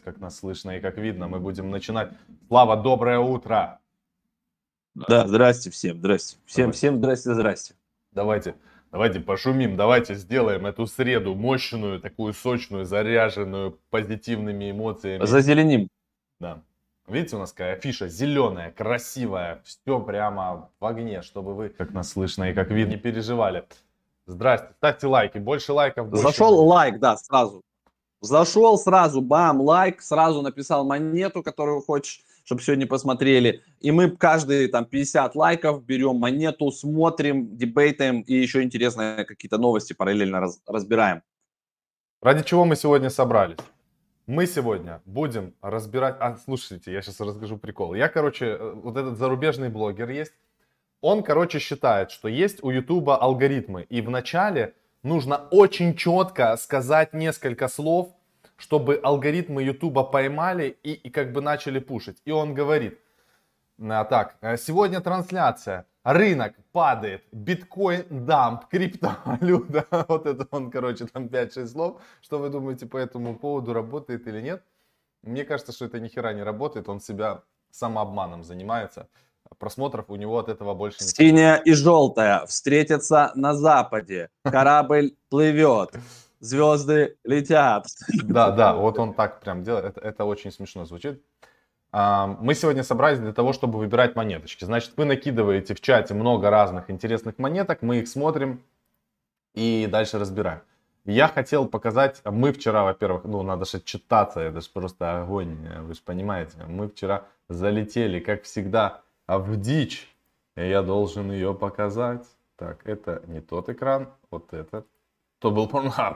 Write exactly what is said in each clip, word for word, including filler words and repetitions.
как нас слышно и как видно, мы будем начинать. Слава, доброе утро! Да, здрасте всем, здрасте. Всем, Давай. всем здрасте, здрасте. Давайте, давайте пошумим, давайте сделаем эту среду мощную, такую сочную, заряженную позитивными эмоциями. Зазеленим. Да. Видите, у нас какая афиша зеленая, красивая, все прямо в огне, чтобы вы, как нас слышно и как видно, не переживали. Здрасте, ставьте лайки, больше лайков, больше Зашел будет. лайк, да, сразу. Зашел сразу, бам, лайк, сразу написал монету, которую хочешь, чтобы сегодня посмотрели. И мы каждые там пятьдесят лайков берем монету, смотрим, дебейтаем и еще интересные какие-то новости параллельно раз, разбираем. Ради чего мы сегодня собрались? Мы сегодня будем разбирать... А, слушайте, я сейчас расскажу прикол. Я, короче, вот этот зарубежный блогер есть. Он, короче, считает, что есть у Ютуба алгоритмы. И вначале нужно очень четко сказать несколько слов, чтобы алгоритмы Ютуба поймали и, и как бы начали пушить. И он говорит, а, так, сегодня трансляция, рынок падает, биткоин дамп, криптовалюта. Вот это он, короче, там пять-шесть слов. Что вы думаете по этому поводу, работает или нет? Мне кажется, что это ни хера не работает, он себя самообманом занимается. Просмотров у него от этого больше не Синяя и желтая встретятся на западе. Корабль плывет. Звезды летят. Да, да, вот он так прям делает. Это, это очень смешно звучит. А, мы сегодня собрались для того, чтобы выбирать монеточки. Значит, вы накидываете в чате много разных интересных монеток, мы их смотрим и дальше разбираем. Я хотел показать, мы вчера, во-первых, ну надо же читаться, это же просто огонь, вы же понимаете. Мы вчера залетели, как всегда, в дичь. И я должен ее показать. Так, это не тот экран, вот этот. То был Pornhub.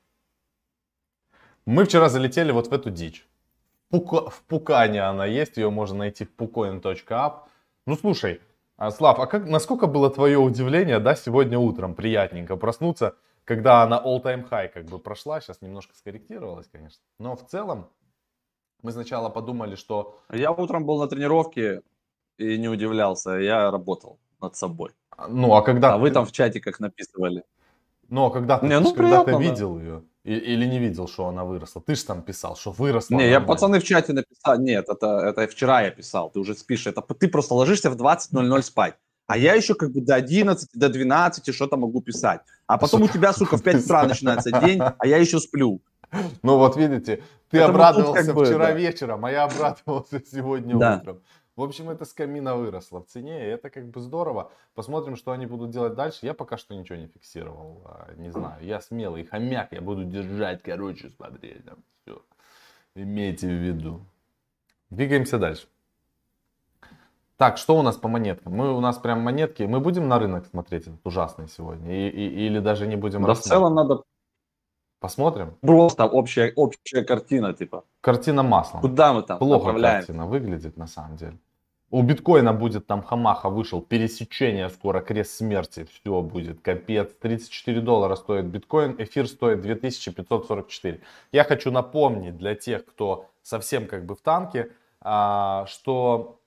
Мы вчера залетели вот в эту дичь. Пука, в Пукане она есть, ее можно найти в pucoin точка app. Ну слушай, Слав, а как, насколько было твое удивление, да, сегодня утром приятненько проснуться, когда она all-time high как бы прошла, сейчас немножко скорректировалась, конечно. Но в целом мы сначала подумали, что... Я утром был на тренировке и не удивлялся, я работал над собой. Ну, а когда... А вы ты... там в чате как написывали. Ну, а когда ты, не, ну, ты когда ты приятно, видел да. ее? И, или не видел, что она выросла? Ты же там писал, что выросла. Не, нормально. я пацаны в чате написал. Нет, это, это вчера я писал. Ты уже спишь. Это ты просто ложишься в двадцать ноль ноль спать. А я еще как бы до одиннадцати, до двенадцати что-то могу писать. А потом у тебя, сука, в пять утра начинается день, а я еще сплю. Ну вот видите, ты Это обрадовался как бы, вчера да. вечером, а я обрадовался сегодня Да. утром. В общем, эта скамина выросла в цене, и это как бы здорово. Посмотрим, что они будут делать дальше. Я пока что ничего не фиксировал, не знаю. Я смелый хомяк, я буду держать, короче, смотреть. Там, все. Имейте в виду. Двигаемся дальше. Так, что у нас по монеткам? Мы, у нас прям монетки. Мы будем на рынок смотреть этот ужасный сегодня? И, и, или даже не будем Да в целом надо... Посмотрим? Просто общая, общая картина, типа. Картина маслом. Куда мы там Плохо направляем? картина выглядит на самом деле. У биткоина будет там хамаха вышел, пересечение скоро, крест смерти, все будет, капец. тридцать четыре доллара стоит биткоин, эфир стоит две тысячи пятьсот сорок четыре. Я хочу напомнить для тех, кто совсем как бы в танке, что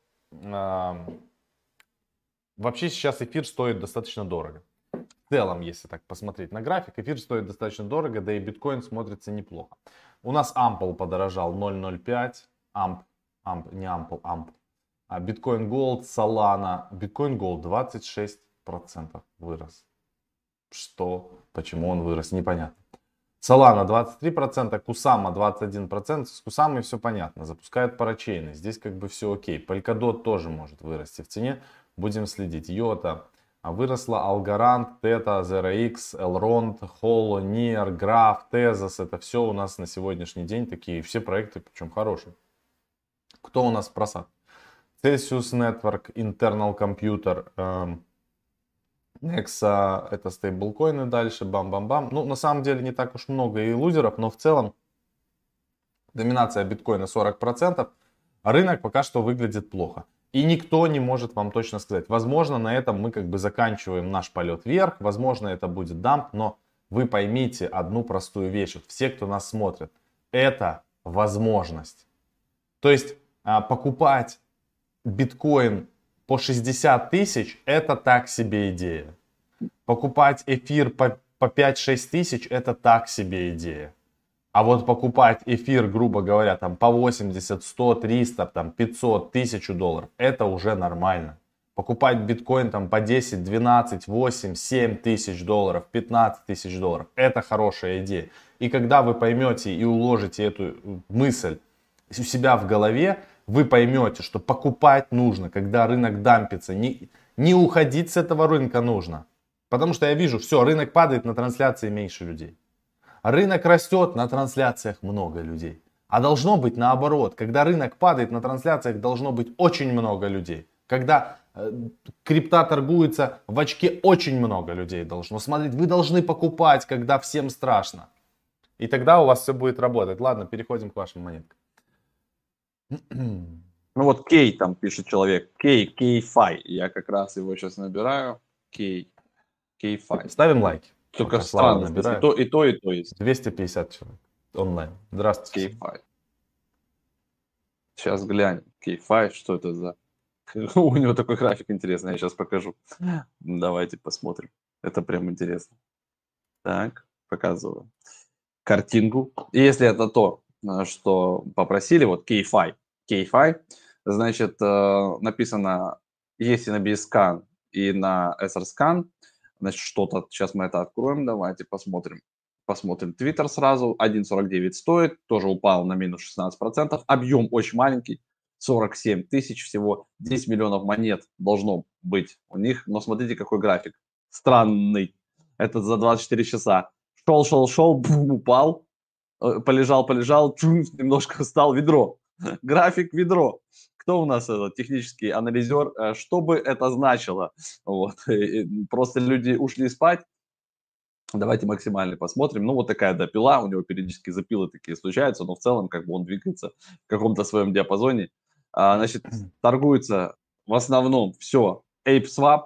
вообще сейчас эфир стоит достаточно дорого. В целом, если так посмотреть на график, эфир стоит достаточно дорого, да и биткоин смотрится неплохо. У нас Ампл подорожал ноль целых ноль пять, амп, амп, не Ампл, амп. А биткоин Голд, Solana, биткоин Голд двадцать шесть процентов вырос. Что? Почему он вырос? Непонятно. Solana двадцать три процента, Kusama двадцать один процент. С Kusama все понятно. Запускают парачейны. Здесь как бы все окей. Polkadot тоже может вырасти в цене. Будем следить. Йота выросла, Algorand, Theta, зеро икс, Elrond, Holo, Near, Graph, Tezos. Это все у нас на сегодняшний день такие все проекты, причем хорошие. Кто у нас в просадке? Celsius Network, Internal Computer, эм, Nexa, это стейблкоины дальше, бам-бам-бам. Ну, на самом деле не так уж много и лузеров, но в целом доминация биткоина сорок процентов, а рынок пока что выглядит плохо. И никто не может вам точно сказать. Возможно, на этом мы как бы заканчиваем наш полет вверх, возможно, это будет дамп, но вы поймите одну простую вещь. Вот все, кто нас смотрит, это возможность. То есть покупать биткоин по шестьдесят тысяч это так себе идея. Покупать эфир по, по пять-шесть тысяч это так себе идея. А вот покупать эфир, грубо говоря, там по восемьдесят, сто, триста, там пятьсот, тысячу долларов, это уже нормально. Покупать биткоин там по десять, двенадцать, восемь, семь тысяч долларов, пятнадцать тысяч долларов, это хорошая идея. И когда вы поймете и уложите эту мысль у себя в голове, вы поймете, что покупать нужно, когда рынок дампится. Не, не уходить с этого рынка нужно. Потому что я вижу, все, рынок падает, на трансляции меньше людей. Рынок растет, на трансляциях много людей. А должно быть наоборот. Когда рынок падает, на трансляциях должно быть очень много людей. Когда э, крипта торгуется, в очке очень много людей должно. Смотреть, вы должны покупать, когда всем страшно. И тогда у вас все будет работать. Ладно, переходим к вашим монеткам. Ну вот Кей там пишет человек. Кей, Кей-Фай. Я как раз его сейчас набираю. Кей, Кей-Фай. Ставим лайки. Только странно, и то, и то, и то есть. двести пятьдесят человек онлайн. Здравствуйте. Кей-Фай. Сейчас глянем. Кей-Фай, что это за... У него такой график интересный, я сейчас покажу. Давайте посмотрим. Это прям интересно. Так, показываю картинку. И если это то, что попросили, вот Key-Fi, Key-Fi, значит, написано, есть и на BScan, и на SRScan, значит, что-то, сейчас мы это откроем, давайте посмотрим. Посмотрим Twitter сразу, один сорок девять стоит, тоже упал на минус шестнадцать процентов, объем очень маленький, сорок семь тысяч всего, десять миллионов монет должно быть у них, но смотрите, какой график, странный, это за двадцать четыре часа, шел, шел, шел, бум, упал, полежал, полежал, чум, немножко встал, ведро, график ведро. Кто у нас этот технический анализер? Что бы это значило? Вот. Просто люди ушли спать. Давайте максимально посмотрим. Ну, вот такая допила, у него периодически запилы такие случаются, но в целом как бы он двигается в каком-то своем диапазоне. А, значит, торгуется в основном все ApeSwap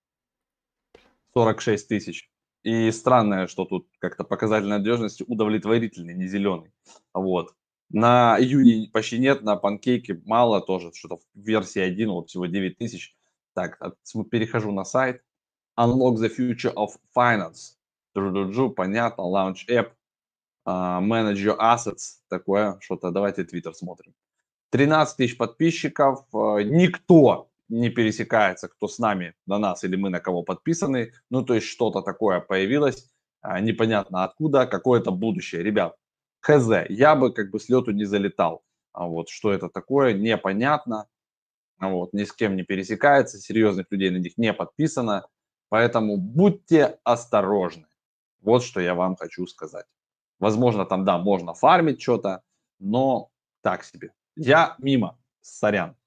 сорок шесть тысяч. И странное, что тут как-то показатель надежности удовлетворительный, не зеленый. Вот. На июне почти нет, на панкейке мало тоже, что-то в версии один, вот всего девять тысяч. Так, перехожу на сайт. Unlock the future of finance. Джу-джу-джу, понятно, Launch App, uh, Manage Your Assets, такое что-то. Давайте Twitter смотрим. тринадцать тысяч подписчиков, uh, никто не пересекается, кто с нами, на нас или мы на кого подписаны. Ну, то есть что-то такое появилось, uh, непонятно откуда, какое-то будущее. Ребят, хз, я бы как бы с лету не залетал. А вот что это такое, непонятно. Вот, ни с кем не пересекается, серьезных людей на них не подписано. Поэтому будьте осторожны. Вот что я вам хочу сказать. Возможно, там, да, можно фармить что-то, но так себе. Я мимо, сорян.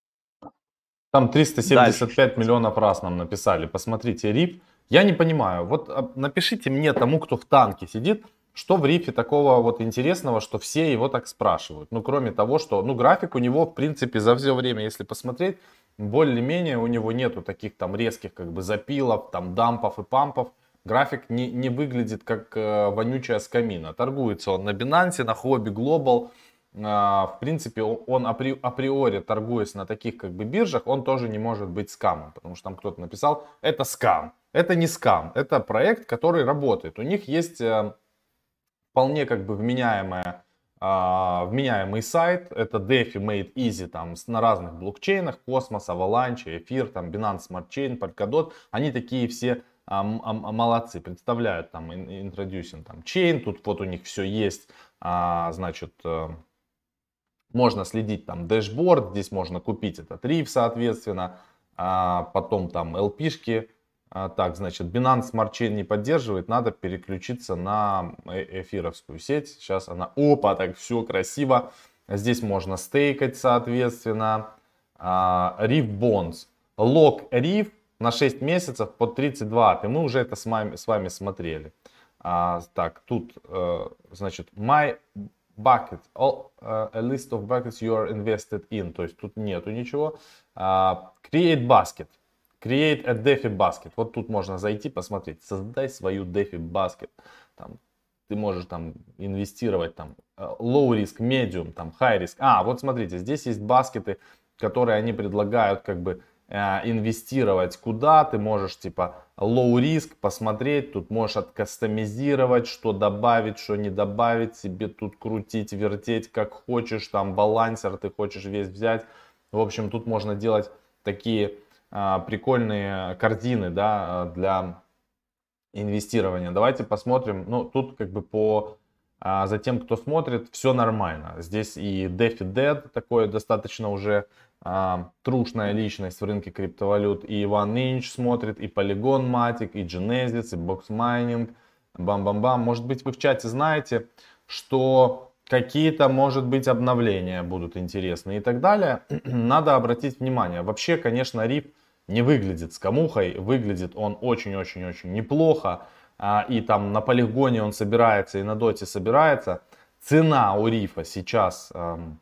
Там триста семьдесят пять миллионов раз нам написали. Посмотрите, РИФ. Я не понимаю. Вот напишите мне, тому, кто в танке сидит, что в рифе такого вот интересного, что все его так спрашивают. Ну, кроме того, что, ну, график у него, в принципе, за все время, если посмотреть, более-менее у него нету таких там резких как бы запилов, там дампов и пампов. График не, не выглядит как э, вонючая скамина. Торгуется он на Binance, на Huobi Global. Э, в принципе, он апри, априори, торгуясь на таких как бы биржах, он тоже не может быть скамом. Потому что там кто-то написал, это скам. Это не скам, это проект, который работает. У них есть э, вполне как бы вменяемая Uh, вменяемый сайт, это DeFi Made Easy там, на разных блокчейнах, Cosmos, Avalanche, Эфир, там, Binance Smart Chain, Polkadot, они такие все uh, молодцы, представляют там introducing там chain, тут вот у них все есть, uh, значит, uh, можно следить там дэшборд, здесь можно купить этот риф, соответственно, uh, потом там эл пи-шки. Так, значит, Binance Smart Chain не поддерживает, надо переключиться на эфировскую сеть. Сейчас она, опа, так все красиво. Здесь можно стейкать, соответственно. Риф Bonds. Лог Риф на шесть месяцев под тридцать два. И мы уже это с вами, с вами смотрели. А, так, тут, значит, my bucket, all, uh, a list of buckets you are invested in. То есть тут нету ничего. Uh, create basket. Create a DeFi basket. Вот тут можно зайти, посмотреть. Создай свою DeFi basket. Там, ты можешь там инвестировать там low risk, medium, там high risk. А, вот смотрите, здесь есть баскеты, которые они предлагают как бы э, инвестировать куда. Ты можешь типа low risk, посмотреть, тут можешь откастомизировать, что добавить, что не добавить, себе тут крутить, вертеть как хочешь, там балансер ты хочешь весь взять. В общем, тут можно делать такие а, прикольные картины, да, для инвестирования. Давайте посмотрим, ну тут как бы по а, за тем, кто смотрит, все нормально. Здесь и DeFi Dead, такое достаточно уже а, трушная личность в рынке криптовалют, и OneInch смотрит, и Polygon Matic, и Genesis, и Box Mining, бам-бам-бам. Может быть, вы в чате знаете, что какие-то, может быть, обновления будут интересны и так далее. Надо обратить внимание. Вообще, конечно, эр и эф не выглядит скамухой, выглядит он очень-очень-очень неплохо. А, и там на полигоне он собирается, и на доте собирается. Цена у рифа сейчас, эм,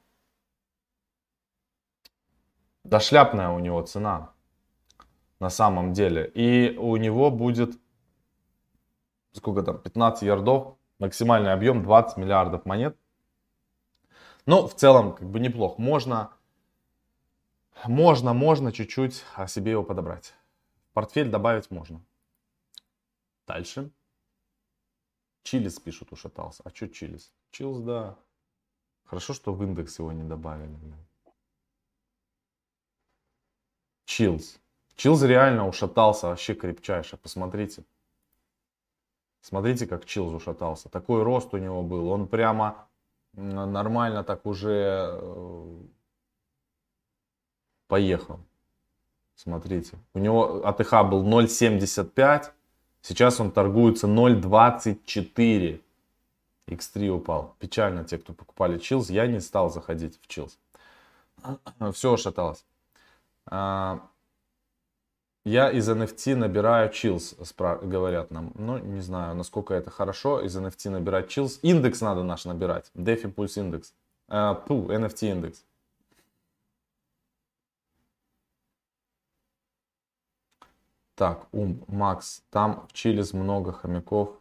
да шляпная у него цена на самом деле. И у него будет, сколько там, пятнадцать ярдов, максимальный объем двадцать миллиардов монет. Но в целом как бы неплохо. Можно, можно, можно чуть-чуть себе его подобрать. В портфель добавить можно. Дальше. Чилис пишут, ушатался. А что Чилис? Чилс, да. Хорошо, что в индекс его не добавили. Чилс. Чилс реально ушатался вообще крепчайше. Посмотрите. Смотрите, как Чилс ушатался. Такой рост у него был. Он прямо нормально так уже поехал. Смотрите. У него АТХ был ноль семьдесят пять. Сейчас он торгуется ноль двадцать четыре. икс три упал. Печально те, кто покупали Чилс. Я не стал заходить в Чилс. Все ушаталось. Я из эн эф ти набираю Чилс, говорят нам. Ну, не знаю, насколько это хорошо. Из эн эф ти набирать Чилс. Индекс надо наш набирать. DeFi Pulse индекс. Пу, эн эф ти индекс. Так, ум, Макс, там в Чилис много хомяков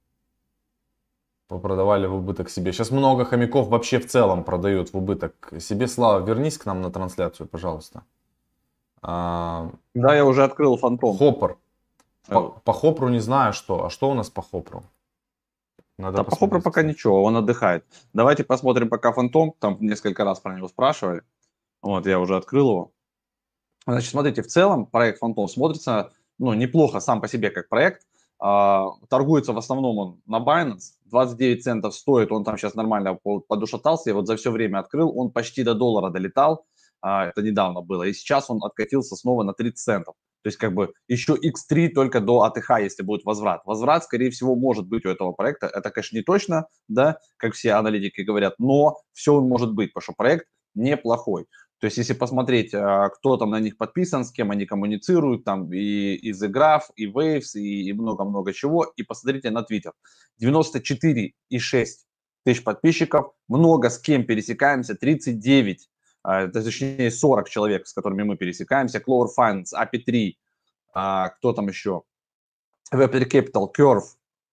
попродавали в убыток себе. Сейчас много хомяков вообще в целом продают в убыток себе. Слава, вернись к нам на трансляцию, пожалуйста. А... Да, я уже открыл фантом. Хоппер. По, по Хопру не знаю что. А что у нас по Хопру? Надо да, по Хопру пока ничего, он отдыхает. Давайте посмотрим пока фантом. Там несколько раз про него спрашивали. Вот, я уже открыл его. Значит, смотрите, в целом проект фантом смотрится ну, неплохо сам по себе как проект. А, торгуется в основном он на Binance. двадцать девять центов стоит, он там сейчас нормально подушатался. Я вот за все время открыл, он почти до доллара долетал. А, это недавно было. И сейчас он откатился снова на тридцать центов. То есть как бы еще икс три только до АТХ, если будет возврат. Возврат, скорее всего, может быть у этого проекта. Это, конечно, не точно, да, как все аналитики говорят, но все может быть, потому что проект неплохой. То есть, если посмотреть, кто там на них подписан, с кем они коммуницируют, там и, и The Graph, и Waves, и много-много чего, и посмотрите на Twitter. девяносто четыре и шесть тысяч подписчиков, много с кем пересекаемся, тридцать девять, точнее сорок человек, с которыми мы пересекаемся, Clover Finance, эй пи ай три, кто там еще, Webster Capital, Curve,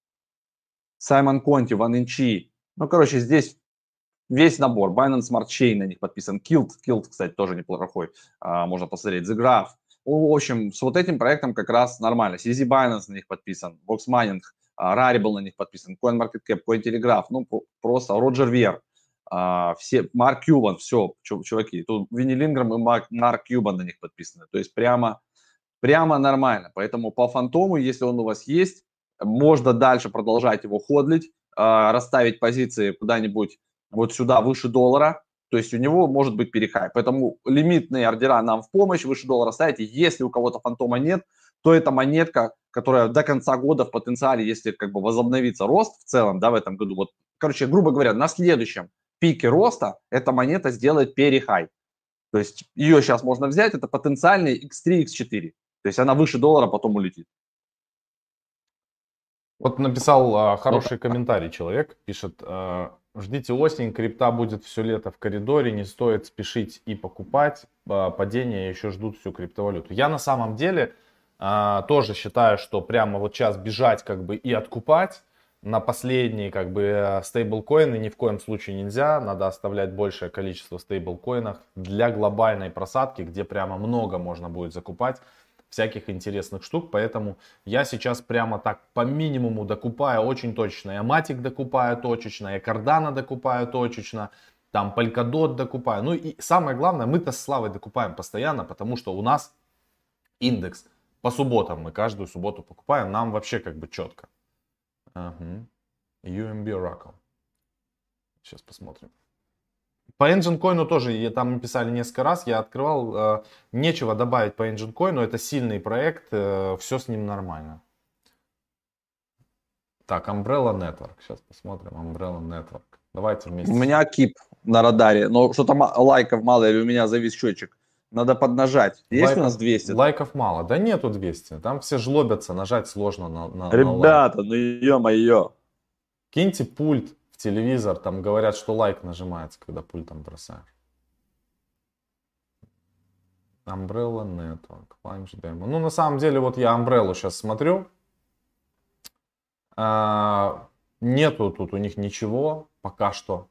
Simon Conti, OneInch, ну, короче, здесь весь набор. Binance Smart Chain на них подписан. Kilt, Kilt, кстати, тоже неплохой. А, можно посмотреть. The Graph. В общем, с вот этим проектом как раз нормально. си зет Binance на них подписан. Box Mining, Rarible на них подписан. CoinMarketCap, CoinTelegraph. Ну, просто Roger Ver. А, все, Mark Cuban, все, чуваки. Тут Винни Линграм и Марк, Марк Cuban на них подписаны. То есть прямо, прямо нормально. Поэтому по фантому, если он у вас есть, можно дальше продолжать его ходлить, а, расставить позиции куда-нибудь вот сюда выше доллара, то есть у него может быть перехай. Поэтому лимитные ордера нам в помощь, выше доллара ставите. Если у кого-то фантома нет, то это монетка, которая до конца года в потенциале, если как бы возобновится рост в целом, да, в этом году, вот, короче, грубо говоря, на следующем пике роста эта монета сделает перехай. То есть ее сейчас можно взять, это потенциальный икс три, икс четыре. То есть она выше доллара потом улетит. Вот написал а, хороший вот. комментарий человек, пишет... А... Ждите осень, крипта будет все лето в коридоре, не стоит спешить и покупать, падения еще ждут всю криптовалюту. Я на самом деле э, тоже считаю, что прямо вот сейчас бежать как бы и откупать на последние как бы стейблкоины ни в коем случае нельзя. Надо оставлять большее количество стейблкоинов для глобальной просадки, где прямо много можно будет закупать. всяких интересных штук, поэтому я сейчас прямо так по минимуму докупаю очень точно. Я Matic докупаю точечно, я Cardano докупаю точечно, там Polkadot докупаю. Ну и самое главное, мы-то с Славой докупаем постоянно, потому что у нас индекс по субботам, мы каждую субботу покупаем, нам вообще как бы четко. Ага. ю эм би Oracle. Сейчас посмотрим. По Engine Coin тоже, я там писали несколько раз, я открывал, э, нечего добавить по Engine Coin, но это сильный проект, э, все с ним нормально. Так, Umbrella Network, сейчас посмотрим, Umbrella Network. Давайте вместе. У меня кип на радаре, но что-то лайков мало, или у меня завис счетчик. Надо поднажать. Есть лайков, у нас двести? Лайков мало. Да нету двести. Там все жлобятся, нажать сложно на, на, Ребята, на лайк. ну ё-моё. Киньте пульт в телевизор, там говорят, что лайк нажимается, когда пультом бросаешь. Umbrella Network, Launch Demo. Ну, на самом деле, вот я Umbrella сейчас смотрю. А, нету тут у них ничего пока что.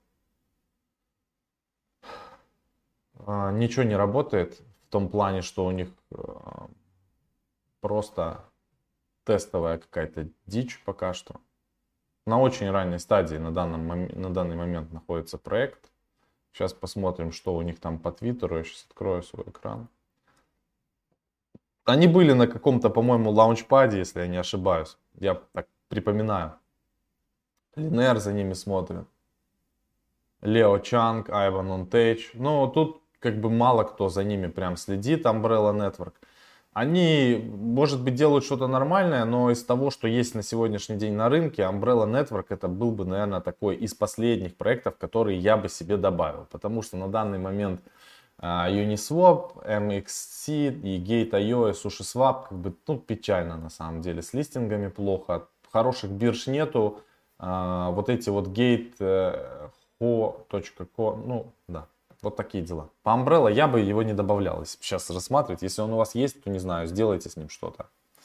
А, ничего не работает в том плане, что у них а, просто тестовая какая-то дичь пока что. На очень ранней стадии на, данном, на данный момент находится проект. Сейчас посмотрим, что у них там по Твиттеру. Я сейчас открою свой экран. Они были на каком-то, по-моему, лаунчпаде, если я не ошибаюсь. Я так припоминаю. Линер за ними смотрит. Лео Чанг, Айван Онтейдж. Но тут как бы мало кто за ними прям следит. Umbrella Network. Они, может быть, делают что-то нормальное, но из того, что есть на сегодняшний день на рынке, Umbrella Network это был бы, наверное, такой из последних проектов, которые я бы себе добавил. Потому что на данный момент uh, Uniswap, эм икс си и Gate точка ай о и SushiSwap, как бы, ну, печально на самом деле. С листингами плохо, хороших бирж нету. Uh, вот эти вот Gate точка ко, ну, да. Вот такие дела. По Umbrella я бы его не добавлял, если сейчас рассматривать. Если он у вас есть, то не знаю, сделайте с ним что-то.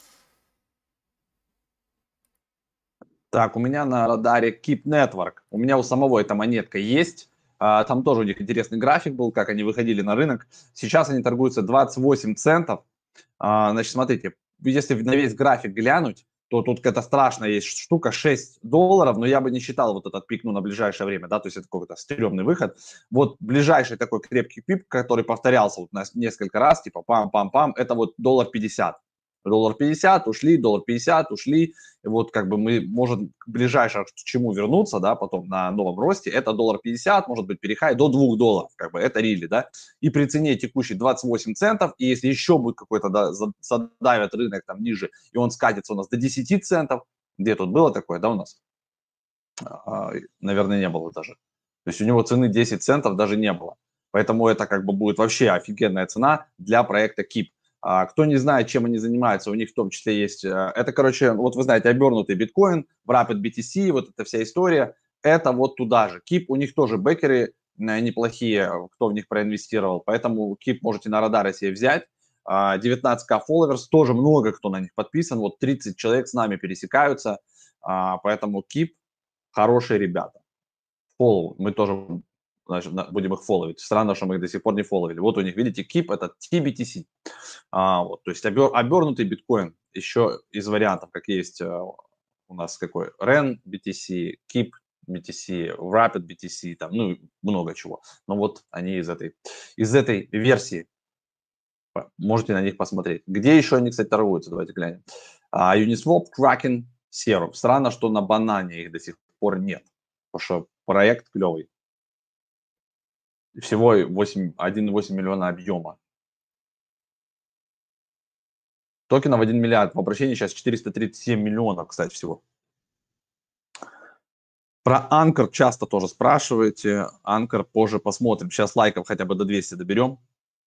Так, у меня на радаре Keep Network. У меня у самого эта монетка есть. А, там тоже у них интересный график был, как они выходили на рынок. Сейчас они торгуются двадцать восемь центов. А, значит, смотрите, если на весь график глянуть, то тут какая-то страшная есть штука, шесть долларов, но я бы не считал вот этот пик, ну, на ближайшее время, да, то есть это какой-то стрёмный выход. Вот ближайший такой крепкий пик, который повторялся вот несколько раз, типа пам-пам-пам, это вот доллар пятьдесят. Доллар пятьдесят, ушли, доллар пятьдесят, ушли. И вот как бы мы можем ближайшее к чему вернуться, да, потом на новом росте, это доллар пятьдесят, может быть перехай до двух долларов, как бы это рили, да. И при цене текущей двадцать восемь центов, и если еще будет какой-то, да, задавит рынок там ниже, и он скатится у нас до десяти центов, где тут было такое, да, у нас? А, наверное, не было даже. То есть у него цены десять центов даже не было. Поэтому это как бы будет вообще офигенная цена для проекта Keep. А, кто не знает, чем они занимаются, у них в том числе есть, это, короче, вот вы знаете, обернутый биткоин, Rapid би ти си, вот эта вся история, это вот туда же. Keep, у них тоже бэкеры неплохие, кто в них проинвестировал, поэтому Keep можете на радары себе взять. девятнадцать тысяч followers, тоже много кто на них подписан, вот тридцать человек с нами пересекаются, поэтому Keep хорошие ребята. Follow, мы тоже, значит, будем их фолловить. Странно, что мы их до сих пор не фолловили. Вот у них, видите, Keep, это ти би ти си. А, вот, то есть обер, обернутый биткоин еще из вариантов, как есть у нас какой, Ren би ти си, Keep би ти си, Rapid би ти си, там, ну, много чего. Но вот они из этой, из этой версии. Можете на них посмотреть. Где еще они, кстати, торгуются? Давайте глянем. А, Uniswap, Kraken, Serum. Странно, что на банане их до сих пор нет. Потому что проект клевый. Всего один целых восемь миллиона объема. Токенов один миллиард. В обращении сейчас четыреста тридцать семь миллионов, кстати, всего. Про Anchor часто тоже спрашиваете. Anchor позже посмотрим. Сейчас лайков хотя бы до двухсот доберем.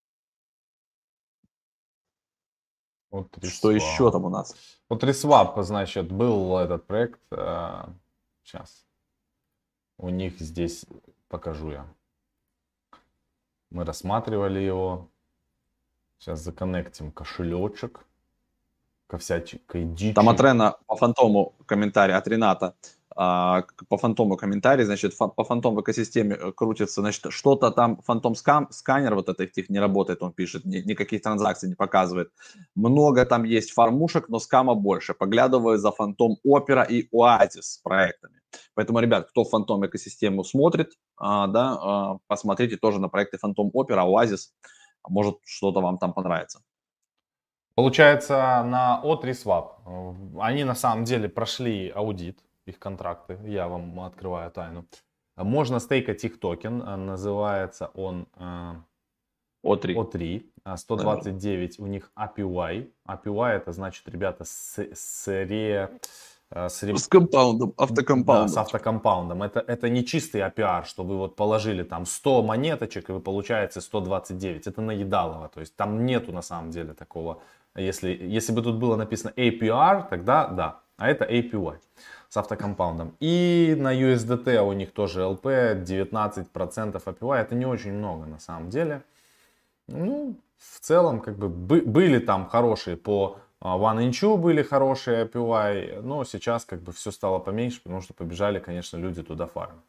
Вот что еще там у нас? Вот Reswap, значит, был этот проект. Сейчас. У них здесь покажу я. Мы рассматривали его. Сейчас законнектим кошелечек. Ко всяческой дичи. Там от Рена по фантому комментарий от Рената. а, по фантому комментарий, значит, фа- по фантом в экосистеме э, крутится, значит, что-то там, фантом скам, сканер вот этот их не работает, он пишет, ни- никаких транзакций не показывает. Много там есть фармушек, но скама больше. Поглядываю за фантом Опера и Оазис проектами. Поэтому, ребят, кто фантом экосистему смотрит, а, да, а, посмотрите тоже на проекты фантом Опера, Оазис, может что-то вам там понравится. Получается, на о три Swap э, они на самом деле прошли аудит, их контракты, я вам открываю тайну. Можно стейкать их токен, э, называется он э, о три. о три, а сто двадцать девять у них эй пи уай. эй пи уай это значит, ребята, с, с, ре, э, с, ре- С компаундом, да, автокомпаундом. с автокомпаундом. Это, это не чистый эй пи ар, что вы вот положили там сто монеточек и вы получаете сто двадцать девять. Это наедалово. То есть там нету на самом деле такого. Если, если бы тут было написано эй пи ар, тогда да. А это эй пи уай с автокомпаундом. И на ю эс ди ти у них тоже эл пи девятнадцать процентов эй пи уай. Это не очень много на самом деле. Ну, в целом, как бы бы- были там хорошие по OneInch были хорошие эй пи уай, но сейчас как бы все стало поменьше, потому что побежали, конечно, люди туда фармить.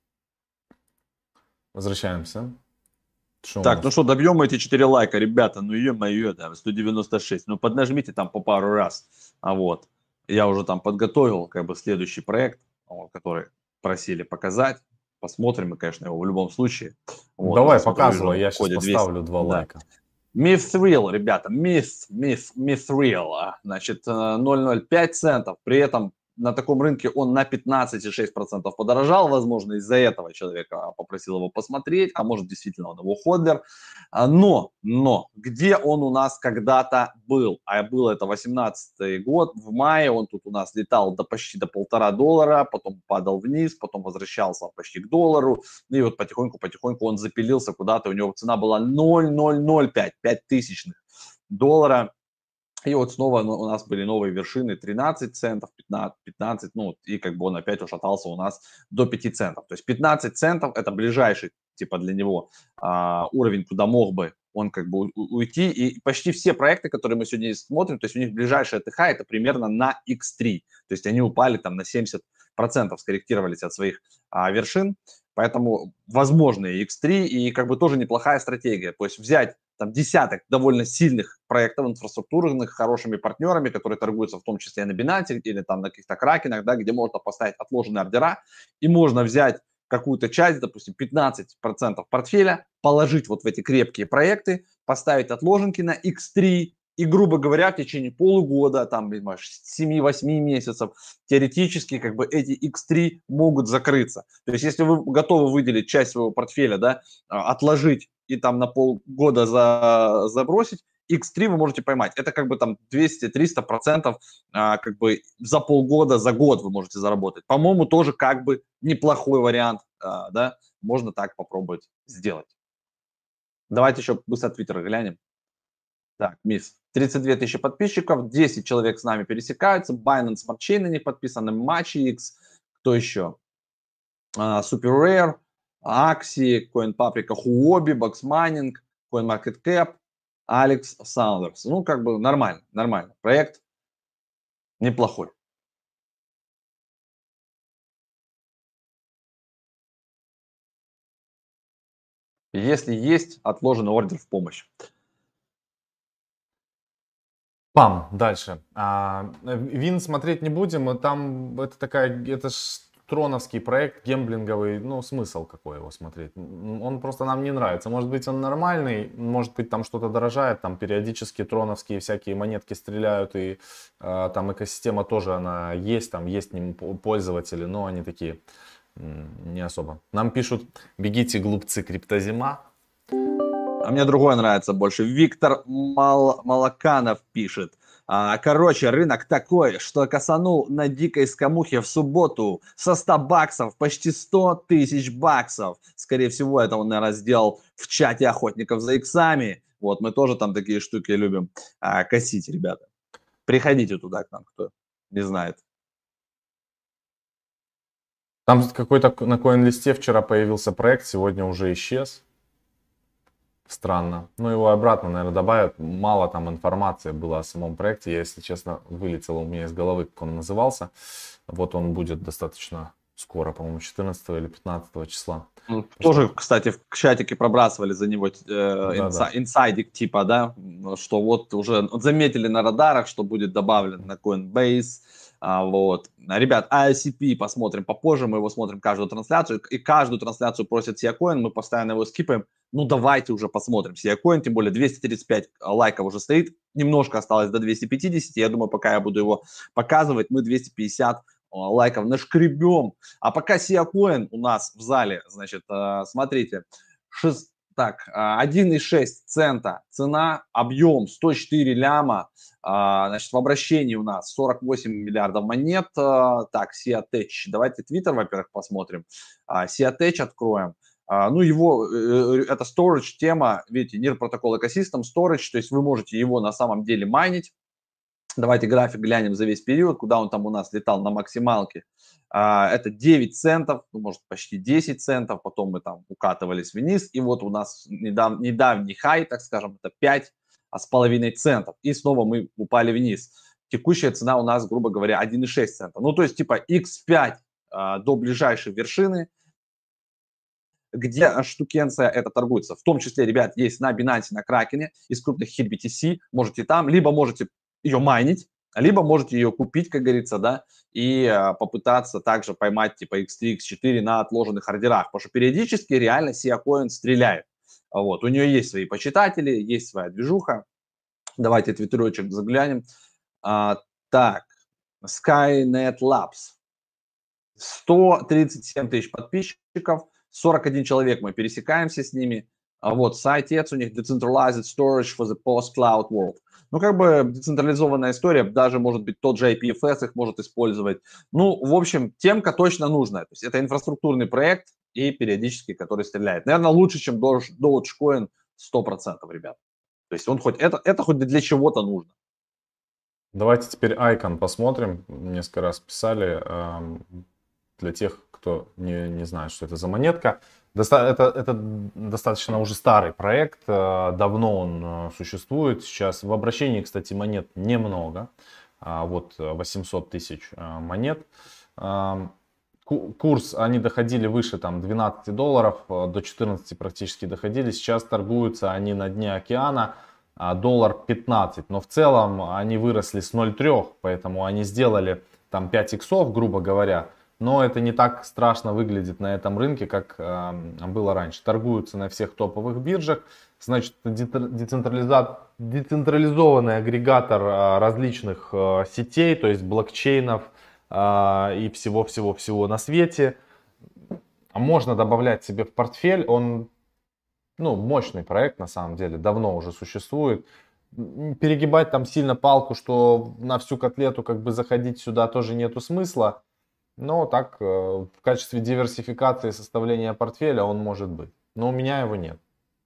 Возвращаемся. Что у Так, нас? ну что, добьем эти четыре лайка, ребята, ну ё-моё, там, сто девяносто шесть, ну поднажмите там по пару раз, а вот, я уже там подготовил, как бы, следующий проект, вот, который просили показать, посмотрим мы, конечно, его в любом случае, вот, Давай, уже смотрю, вижу, показывай, он я сейчас входит двести, поставлю два да. лайка. Mithril, ребята, Myth, Myth, Mithril, а, значит, э, ноль ноль пять центов, при этом на таком рынке он на пятнадцать целых шесть десятых процента подорожал, возможно, из-за этого человека попросил его посмотреть, а может, действительно он его ходлер. А, Но, но, где он у нас когда-то был? А был это восемнадцатый год, в мае он тут у нас летал до почти до полтора доллара, потом падал вниз, потом возвращался почти к доллару, и вот потихоньку-потихоньку он запилился куда-то, у него цена была ноль целых ноль ноль пять, пять тысячных доллара. И вот снова у нас были новые вершины, тринадцать центов, пятнадцать, пятнадцать, ну, и как бы он опять ушатался у нас до пяти центов. То есть пятнадцать центов это ближайший, типа, для него а, уровень, куда мог бы он как бы уйти. И почти все проекты, которые мы сегодня смотрим, то есть у них ближайшая ТХ это примерно на икс три. То есть они упали там на семьдесят процентов, скорректировались от своих а, вершин. Поэтому возможны икс три и как бы тоже неплохая стратегия. То есть взять там десяток довольно сильных проектов инфраструктурных, хорошими партнерами, которые торгуются в том числе на Binance или там на каких-то кракенах, да, где можно поставить отложенные ордера, и можно взять какую-то часть, допустим, пятнадцать процентов портфеля, положить вот в эти крепкие проекты, поставить отложенки на икс три, и, грубо говоря, в течение полугода, там, семи-восьми месяцев, теоретически, как бы, эти икс три могут закрыться. То есть, если вы готовы выделить часть своего портфеля, да, отложить и там на полгода за, забросить, икс три вы можете поймать. Это как бы там двести-триста процентов а, как бы за полгода, за год вы можете заработать. По-моему, тоже как бы неплохой вариант, а, да, можно так попробовать сделать. Давайте еще быстро Твиттер глянем. Так, мисс. тридцать две тысячи подписчиков, десять человек с нами пересекаются, Binance Smart Chain на них подписаны, MatchX, кто еще? Uh, Super Rare, Axie, CoinPaprika, Huobi, Box Mining, CoinMarketCap, Alex Saunders. Ну, как бы нормально, нормально. Проект неплохой. Если есть, отложенный ордер в помощь. Пам, дальше. А, Вин смотреть не будем, там это такая, это ж троновский проект, гемблинговый, ну смысл какой его смотреть? Он просто нам не нравится. Может быть он нормальный, может быть там что-то дорожает, там периодически троновские всякие монетки стреляют, и а, там экосистема тоже она есть, там есть ним пользователи, но они такие не особо. Нам пишут, бегите, глупцы, криптозима. А мне другое нравится больше. Виктор Мал- Малаканов пишет. А, короче, рынок такой, что косанул на дикой скамухе в субботу со ста баксов почти сто тысяч баксов. Скорее всего, это он, наверное, сделал в чате охотников за иксами. Вот, мы тоже там такие штуки любим а, косить, ребята. Приходите туда к нам, кто не знает. Там какой-то на CoinList'е вчера появился проект, сегодня уже исчез. Странно. Ну, его обратно, наверное, добавят. Мало там информации было о самом проекте. Я, если честно, вылетело у меня из головы, как он назывался. Вот он будет достаточно скоро, по-моему, четырнадцатого или пятнадцатого числа. Ну, тоже, кстати, в чатике пробрасывали за него э, инса, инсайдик типа, да, что вот уже заметили на радарах, что будет добавлен на Coinbase. А, вот. Ребят, ай си пи посмотрим попозже, мы его смотрим каждую трансляцию, и каждую трансляцию просят Siacoin, мы постоянно его скипаем. Ну, давайте уже посмотрим Siacoin, тем более двести тридцать пять лайков уже стоит, немножко осталось до двухсот пятидесяти, я думаю, пока я буду его показывать, мы двести пятьдесят лайков нашкребем. А пока Siacoin у нас в зале, значит, смотрите, шесть, так, один и шесть цента цена, объем сто четыре ляма, значит, в обращении у нас сорок восемь миллиардов монет. Так, Siatech, давайте Twitter, во-первых, посмотрим. Siatech откроем. Ну, его, это storage тема, видите, нир протокол экосистем, storage, то есть вы можете его на самом деле майнить. Давайте график глянем за весь период, куда он там у нас летал на максималке. Это девять центов, ну, может почти десять центов, потом мы там укатывались вниз. И вот у нас недав, недавний хай, так скажем, это пять с половиной центов. И снова мы упали вниз. Текущая цена у нас, грубо говоря, один и шесть центов. Ну, то есть типа икс пять до ближайшей вершины, где штукенция это торгуется. В том числе, ребят, есть на Binance, на Kraken, из крупных хит би ти си. Можете там, либо можете ее майнить, либо можете ее купить, как говорится, да, и а, попытаться также поймать типа икс три, икс четыре на отложенных ордерах, потому что периодически реально Siacoin стреляет. Вот, у нее есть свои почитатели, есть своя движуха. Давайте твиттерочек заглянем. А, так, Skynet Labs. сто тридцать семь тысяч подписчиков, сорок один человек мы пересекаемся с ними. А вот сайтец у них Decentralized Storage for the Post-Cloud World. Ну, как бы децентрализованная история, даже, может быть, тот же ай пи эф эс их может использовать. Ну, в общем, темка точно нужная. То есть это инфраструктурный проект и периодически, который стреляет. Наверное, лучше, чем Dogecoin сто процентов, ребят. То есть он хоть, это, это хоть для чего-то нужно. Давайте теперь Icon посмотрим. Несколько раз писали. Для тех, кто не, не знает, что это за монетка. Это, это достаточно уже старый проект, давно он существует. Сейчас в обращении, кстати, монет немного, вот восемьсот тысяч монет. Курс, они доходили выше там двенадцати долларов, до четырнадцати практически доходили. Сейчас торгуются они на дне океана, доллар пятнадцать. Но в целом они выросли с ноль целых три десятых, поэтому они сделали там пять иксов, грубо говоря. Но это не так страшно выглядит на этом рынке, как э, было раньше. Торгуются на всех топовых биржах. Значит, децентрализа... децентрализованный агрегатор э, различных э, сетей, то есть блокчейнов э, и всего-всего-всего на свете. Можно добавлять себе в портфель. Он, ну, мощный проект на самом деле, давно уже существует. Перегибать там сильно палку, что на всю котлету как бы заходить сюда тоже нету смысла. Но так, в качестве диверсификации составления портфеля он может быть. Но у меня его нет.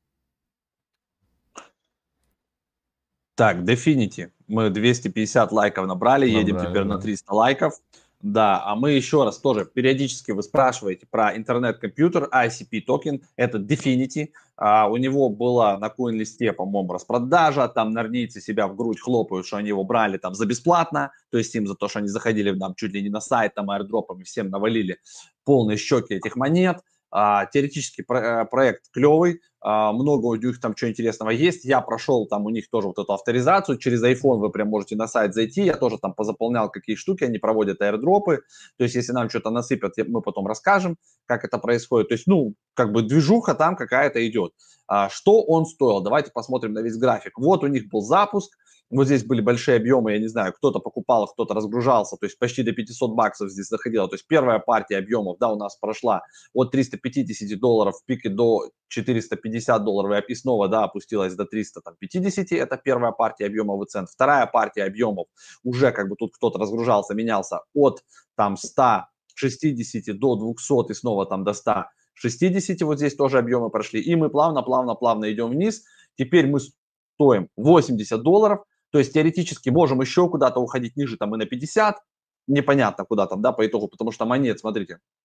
Так, Definity. Мы двести пятьдесят лайков набрали, набрали едем теперь да. на триста лайков. Да, а мы еще раз тоже, периодически вы спрашиваете про интернет-компьютер, ай си пи токен, это Definity. А, у него была на CoinList'е, по-моему, распродажа, там нарнийцы себя в грудь хлопают, что они его брали там за бесплатно, то есть им за то, что они заходили там чуть ли не на сайт, там аирдропами всем навалили полные щеки этих монет. А, теоретически про, проект клевый, а, много у них там чего интересного есть. Я прошел там у них тоже вот эту авторизацию, через iPhone вы прям можете на сайт зайти, я тоже там позаполнял какие штуки, они проводят аирдропы, то есть если нам что-то насыпят, мы потом расскажем, как это происходит. То есть, ну, как бы движуха там какая-то идет. А, что он стоил? Давайте посмотрим на весь график. Вот у них был запуск. Вот здесь были большие объемы, я не знаю, кто-то покупал, кто-то разгружался, то есть почти до пятисот баксов здесь заходило. То есть первая партия объемов, да, у нас прошла от трёхсот пятидесяти долларов в пике до четырёхсот пятидесяти долларов, и снова, да, опустилась до трёхсот пятидесяти, это первая партия объемов и цен. Вторая партия объемов, уже как бы тут кто-то разгружался, менялся от там ста шестидесяти до двухсот и снова там до ста шестидесяти, вот здесь тоже объемы прошли, и мы плавно-плавно-плавно идем вниз. Теперь мы стоим восемьдесят долларов. То есть теоретически можем еще куда-то уходить ниже, там и на пятьдесят, непонятно куда там, да, по итогу, потому что монет, смотрите,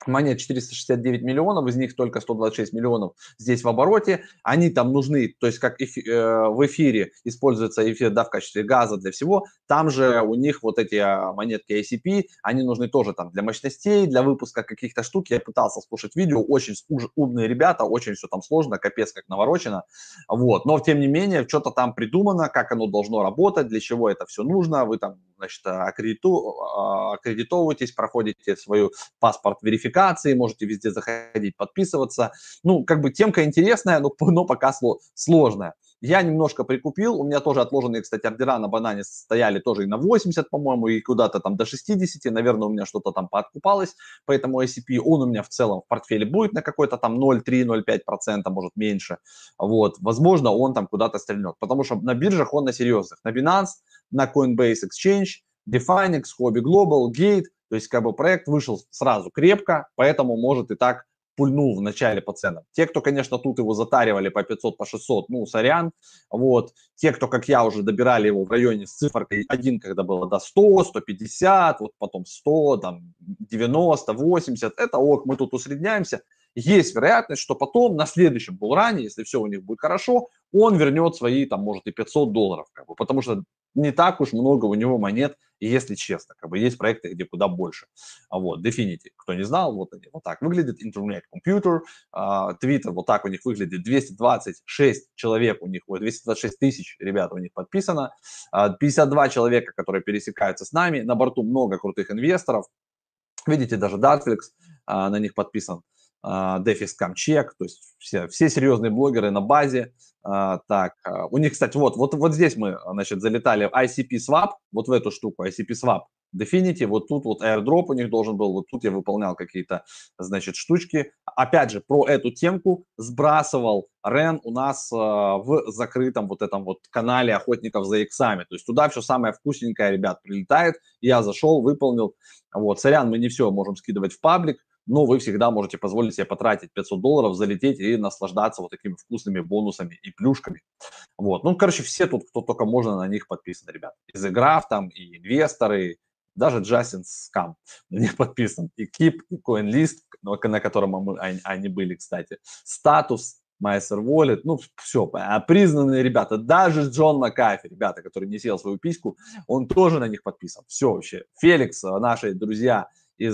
монет четыреста шестьдесят девять миллионов, из них только сто двадцать шесть миллионов здесь в обороте. Они там нужны, то есть как эфи, э, в эфире используется эфир, да, в качестве газа для всего. Там же у них вот эти монетки эй си пи, они нужны тоже там для мощностей, для выпуска каких-то штук. Я пытался слушать видео, очень умные ребята, очень все там сложно, капец как наворочено. Вот. Но тем не менее, что-то там придумано, как оно должно работать, для чего это все нужно. Вы там, значит, аккредиту, аккредитовываетесь, проходите свою паспорт верификации, можете везде заходить, подписываться. Ну, как бы темка интересная, но, но пока сложная. Я немножко прикупил, у меня тоже отложенные, кстати, ордера на банане стояли тоже и на восемьдесят, по-моему, и куда-то там до шестидесяти, наверное, у меня что-то там пооткупалось, поэтому эй си пи, он у меня в целом в портфеле будет на какой-то там ноль целых три - ноль целых пять десятых процента, может меньше, вот, возможно, он там куда-то стрельнет, потому что на биржах он на серьезных, на Binance, на Coinbase Exchange, Definex, Huobi Global, Gate, то есть как бы проект вышел сразу крепко, поэтому может и так пульнул в начале по ценам. Те, кто, конечно, тут его затаривали по пятьсот, по шестьсот, ну, сорян. Вот. Те, кто, как я, уже добирали его в районе с цифрой один, когда было до сто, сто пятьдесят, вот потом сто, там, девяносто, восемьдесят, это ок, мы тут усредняемся. Есть вероятность, что потом на следующем булране, если все у них будет хорошо, он вернет свои, там, может, и пятьсот долларов, как бы, потому что не так уж много у него монет, если честно, как бы есть проекты, где куда больше. Вот, Definity, кто не знал, вот они, вот так выглядит, Internet Computer, uh, Twitter, вот так у них выглядит, двести двадцать шесть человек у них, двести двадцать шесть тысяч ребят у них подписано, uh, пятьдесят два человека, которые пересекаются с нами, на борту много крутых инвесторов, видите, даже Dartflix uh, на них подписан, uh, DeFi Scam Check, то есть все, все серьезные блогеры на базе. Uh, так, uh, у них, кстати, вот, вот, вот здесь мы, значит, залетали в ай си пи Swap, вот в эту штуку, ай си пи Swap, Definity, вот тут вот airdrop у них должен был, вот тут я выполнял какие-то, значит, штучки. Опять же, про эту темку сбрасывал Рен у нас uh, в закрытом вот этом вот канале охотников за иксами, то есть туда все самое вкусненькое, ребят, прилетает, я зашел, выполнил, вот, сорян, мы не все можем скидывать в паблик, но вы всегда можете позволить себе потратить пятьсот долларов, залететь и наслаждаться вот такими вкусными бонусами и плюшками. Вот. Ну, короче, все тут, кто только можно, на них подписан, ребят. Из играв там, и инвесторы, даже Justin Scam на них подписан. И Keep, и CoinList, на котором мы, они, они были, кстати. Статус, Myser Wallet, ну, все, признанные ребята. Даже Джон Макафи, ребята, который не съел свою письку, он тоже на них подписан. Все вообще. Феликс, наши друзья из...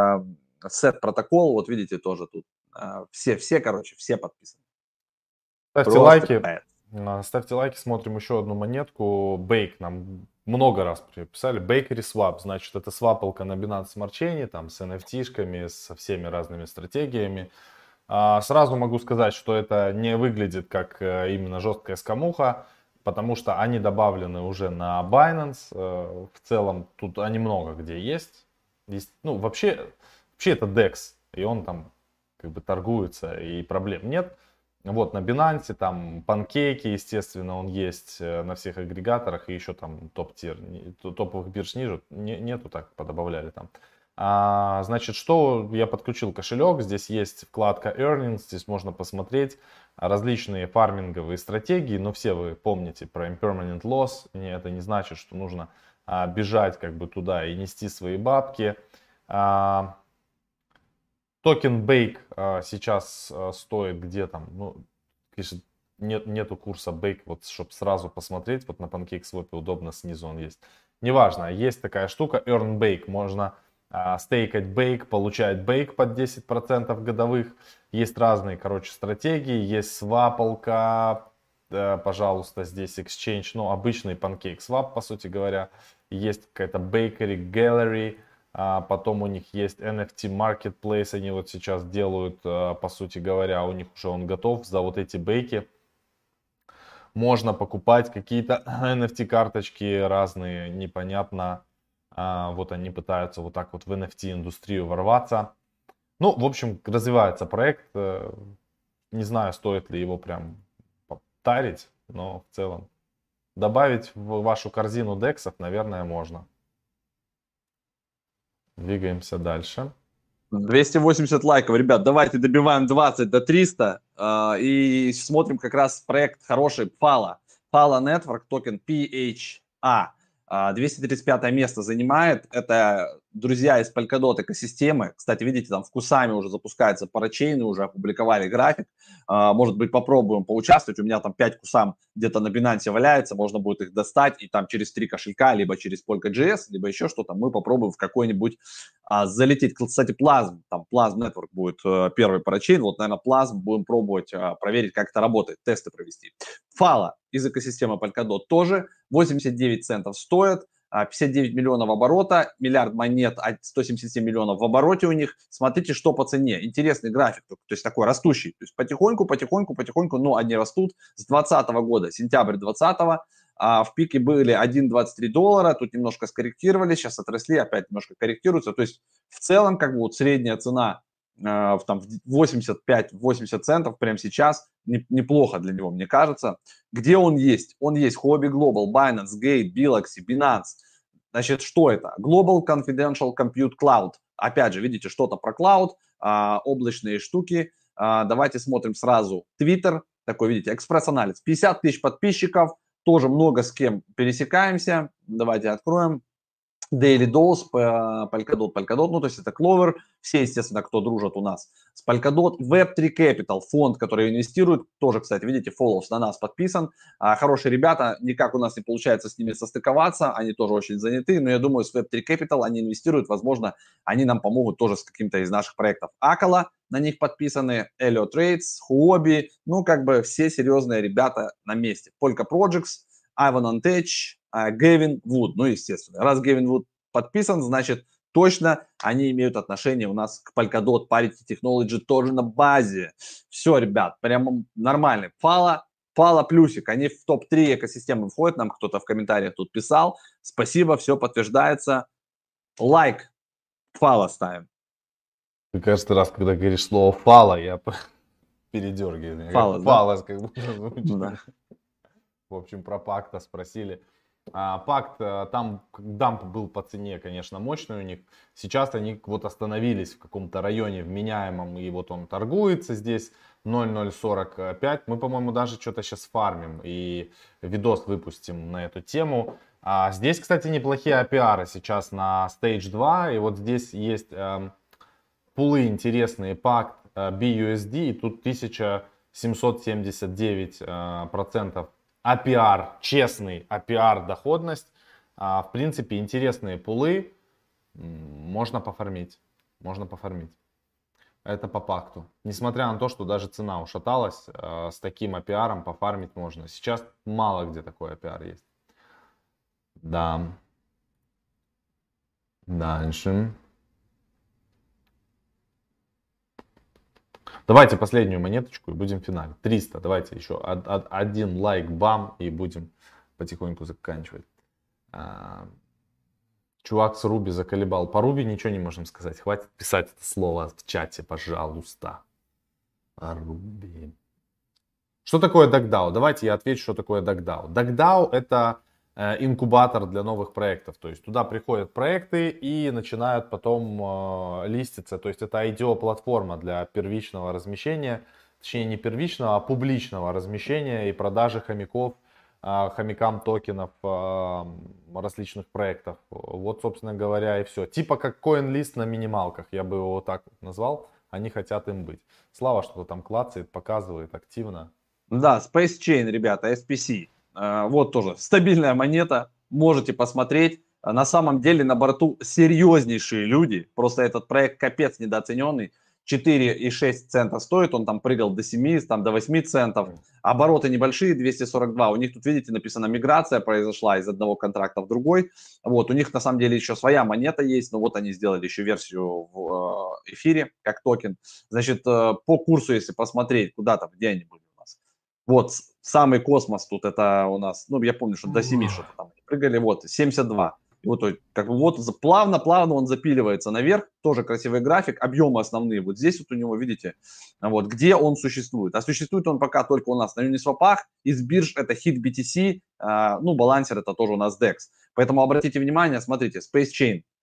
Сет протокол, вот видите, тоже тут все, все, короче, все подписаны. Ставьте Просто лайки, кайф. ставьте лайки, смотрим еще одну монетку. Bake нам много раз писали. Bakery Swap, значит, это свапалка на Binance Smart Chain, там с эн эф ти-шками, со всеми разными стратегиями. А, сразу могу сказать, что это не выглядит как именно жесткая скамуха, потому что они добавлены уже на Binance. В целом тут они много где есть. есть ну, вообще... Вообще это декс, и он там как бы торгуется, и проблем нет. Вот на Binance, там панкейки, естественно, он есть на всех агрегаторах, и еще там топ-тир, топовых бирж ниже, не, нету, так подобавляли там. А, значит, что я подключил кошелек, здесь есть вкладка Earnings, здесь можно посмотреть различные фарминговые стратегии, но все вы помните про Impermanent Loss, это не значит, что нужно а, бежать как бы туда и нести свои бабки. А, Токен Bake а, сейчас а, стоит где там, ну, конечно, нет, нету курса Bake, вот, чтобы сразу посмотреть, вот на PancakeSwap удобно, снизу он есть. Неважно, есть такая штука, Earn Bake, можно а, стейкать Bake, получать Bake под десять процентов годовых. Есть разные, короче, стратегии, есть свапалка, да, пожалуйста, здесь Exchange, ну, обычный PancakeSwap, по сути говоря. Есть какая-то Bakery Gallery. А потом у них есть эн эф ти Marketplace, они вот сейчас делают, по сути говоря, у них уже он готов. За вот эти бейки можно покупать какие-то эн эф ти карточки разные, непонятно. Вот они пытаются вот так вот в эн эф ти индустрию ворваться. Ну, в общем, развивается проект. Не знаю, стоит ли его прям тарить, но в целом добавить в вашу корзину дексов, наверное, можно. Двигаемся дальше. двести восемьдесят лайков, ребят, давайте добиваем двадцать до триста э, и смотрим как раз проект хороший Phala. Phala Network, токен пи эйч эй. двести тридцать пятое место занимает. Это друзья из Polkadot экосистемы. Кстати, видите, там в Кусами уже запускается парачейны, уже опубликовали график. Может быть, попробуем поучаствовать. У меня там пять Кусам где-то на Binance валяется. Можно будет их достать и там через три кошелька, либо через Polka.js, либо еще что-то. Мы попробуем в какой-нибудь а, залететь. Кстати, Plasm, там Plasm Network будет а, первый парачейн. Вот, наверное, Plasm будем пробовать а, проверить, как это работает, тесты провести. Фала из экосистемы Polkadot тоже восемьдесят девять центов стоит, пятьдесят девять миллионов оборота, миллиард монет, сто семьдесят семь миллионов в обороте у них. Смотрите, что по цене. Интересный график, то есть такой растущий. То есть потихоньку, потихоньку, потихоньку, но они растут с двадцатого года, сентябрь двадцатого. А в пике были один двадцать три доллара, тут немножко скорректировали, сейчас отросли, опять немножко корректируются. То есть в целом, как бы вот средняя цена э, там, восемьдесят пять восемьдесят центов прямо сейчас не, неплохо для него, мне кажется. Где он есть? Он есть Huobi Global, Binance, Gate, Biloxi, Binance. Значит, что это? Global Confidential Compute Cloud. Опять же, видите, что-то про cloud, а, облачные штуки. А, давайте смотрим сразу. Twitter, такой, видите, экспресс-анализ. пятьдесят тысяч подписчиков, тоже много с кем пересекаемся. Давайте откроем. Daily Dose, Polkadot, Polkadot, ну то есть это Clover, все, естественно, кто дружат у нас с Polkadot, веб три Capital, фонд, который инвестирует, тоже, кстати, видите, Follows на нас подписан, а, хорошие ребята, никак у нас не получается с ними состыковаться, они тоже очень заняты, но я думаю, с веб три Capital они инвестируют, возможно, они нам помогут тоже с каким-то из наших проектов. Акала, на них подписаны, Elio Trades, Huobi, ну как бы все серьезные ребята на месте. Polka Projects, Ivan Antech, Гэвин Вуд, ну, естественно. Раз Гэвин Вуд подписан, значит, точно они имеют отношение у нас к Polkadot, Parity Technology тоже на базе. Все, ребят, прямо нормальный. Фала, Фала плюсик, они в топ три экосистемы входят, нам кто-то в комментариях тут писал. Спасибо, все подтверждается. Лайк, Фала ставим. Ты каждый раз, когда говоришь слово фала, я передергиваю. Фала, Фала, да? как будто звучит. Да. В общем, про пакта спросили. А, пакт, там дамп был по цене, конечно, мощный у них. Сейчас они вот остановились в каком-то районе вменяемом, и вот он торгуется здесь ноль ноль сорок пять. Мы, по-моему, даже что-то сейчас фармим и видос выпустим на эту тему. А здесь, кстати, неплохие эй пи ай сейчас на стейдж два. И вот здесь есть э, пулы интересные, пакт э, би ю эс ди, и тут тысяча семьсот семьдесят девять э, процентов. эй пи ай, честный эй пи ай доходность. А, в принципе, интересные пулы можно пофармить. Можно пофармить. Это по факту. Несмотря на то, что даже цена ушаталась, а, с таким эй пи ай пофармить можно. Сейчас мало где такой эй пи ай есть. Да. Дальше. Давайте последнюю монеточку и будем в финале. триста. Давайте еще один лайк, бам, и будем потихоньку заканчивать. Чувак с Руби заколебал. По Руби ничего не можем сказать. Хватит писать это слово в чате, пожалуйста. Руби. Что такое дагдао? Давайте я отвечу, что такое дагдао. дагдао это инкубатор для новых проектов. То есть туда приходят проекты и начинают потом э, листиться. То есть это ай ди о-платформа для первичного размещения. Точнее не первичного, а публичного размещения и продажи хомяков, э, хомякам токенов э, различных проектов. Вот, собственно говоря, и все. Типа как CoinList на минималках. Я бы его вот так вот назвал. Они хотят им быть. Слава что-то там клацает, показывает активно. Да, Space Chain, ребята, эс пи си. Вот тоже стабильная монета, можете посмотреть. На самом деле на борту серьезнейшие люди, просто этот проект капец недооцененный. четыре и шесть цента стоит, он там прыгал до семи, там до восьми центов. Обороты небольшие, двести сорок два. У них тут, видите, написано миграция произошла из одного контракта в другой. Вот, у них на самом деле еще своя монета есть, но вот они сделали еще версию в эфире, как токен. Значит, по курсу, если посмотреть, куда там, где они были у нас. Вот, самый космос тут это у нас, ну, я помню, что до семи что-то там прыгали, вот, семьдесят два. И вот, как бы вот плавно-плавно он запиливается наверх, тоже красивый график, объемы основные, вот здесь вот у него, видите, вот, где он существует. А существует он пока только у нас на Uniswap, из бирж это хит би ти си, ну, балансер это тоже у нас декс. Поэтому обратите внимание, смотрите, Space Chain,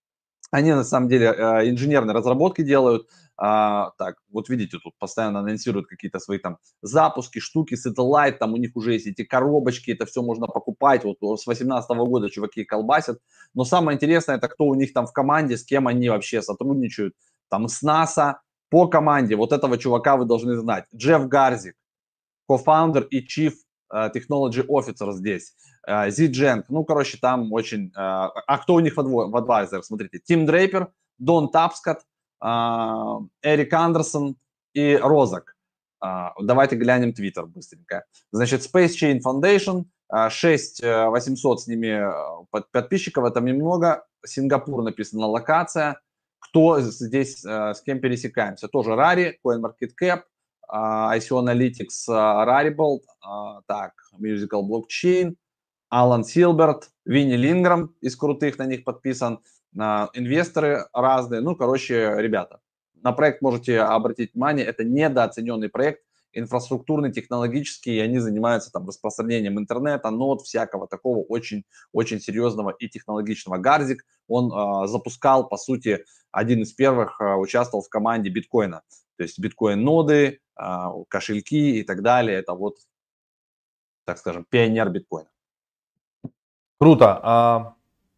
Они на самом деле э, инженерные разработки делают. А, так, вот видите, тут постоянно анонсируют какие-то свои там запуски, штуки, Satellite, там у них уже есть эти коробочки, это все можно покупать. Вот с восемнадцатого года чуваки колбасят. Но самое интересное, это кто у них там в команде, с кем они вообще сотрудничают. Там с НАСА по команде. Вот этого чувака вы должны знать. Джефф Гарзик, кофаундер и Chief Technology Officer здесь. Зи Дженк, ну, короче, там очень... А кто у них в адвайзерах? Смотрите, Тим Дрейпер, Дон Тапскот, Эрик Андерсон и Розак. Давайте глянем Твиттер быстренько. Значит, Space Chain Foundation, шесть тысяч восемьсот с ними подписчиков, это немного. Сингапур написана локация. Кто здесь, с кем пересекаемся? Тоже Рари, CoinMarketCap, ай си о Analytics, Rarible, так, Musical Blockchain, Алан Силберт, Винни Линграм из крутых на них подписан, инвесторы разные. Ну, короче, ребята, на проект можете обратить внимание, это недооцененный проект, инфраструктурный, технологический, и они занимаются там распространением интернета, нод, всякого такого очень-очень серьезного и технологичного. Гарзик, он э, запускал, по сути, один из первых э, участвовал в команде биткоина. То есть биткоин-ноды, э, кошельки и так далее. Это вот, так скажем, пионер биткоина. Круто. А...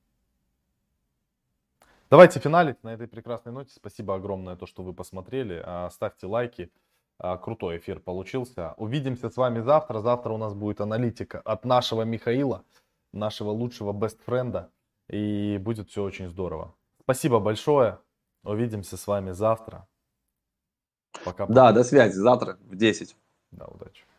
Давайте финалить на этой прекрасной ноте. Спасибо огромное, то, что вы посмотрели. А, ставьте лайки. А, крутой эфир получился. Увидимся с вами завтра. Завтра у нас будет аналитика от нашего Михаила, нашего лучшего бестфренда. И будет все очень здорово. Спасибо большое. Увидимся с вами завтра. Пока-пока. Да, до связи. Завтра в десять. Да, удачи.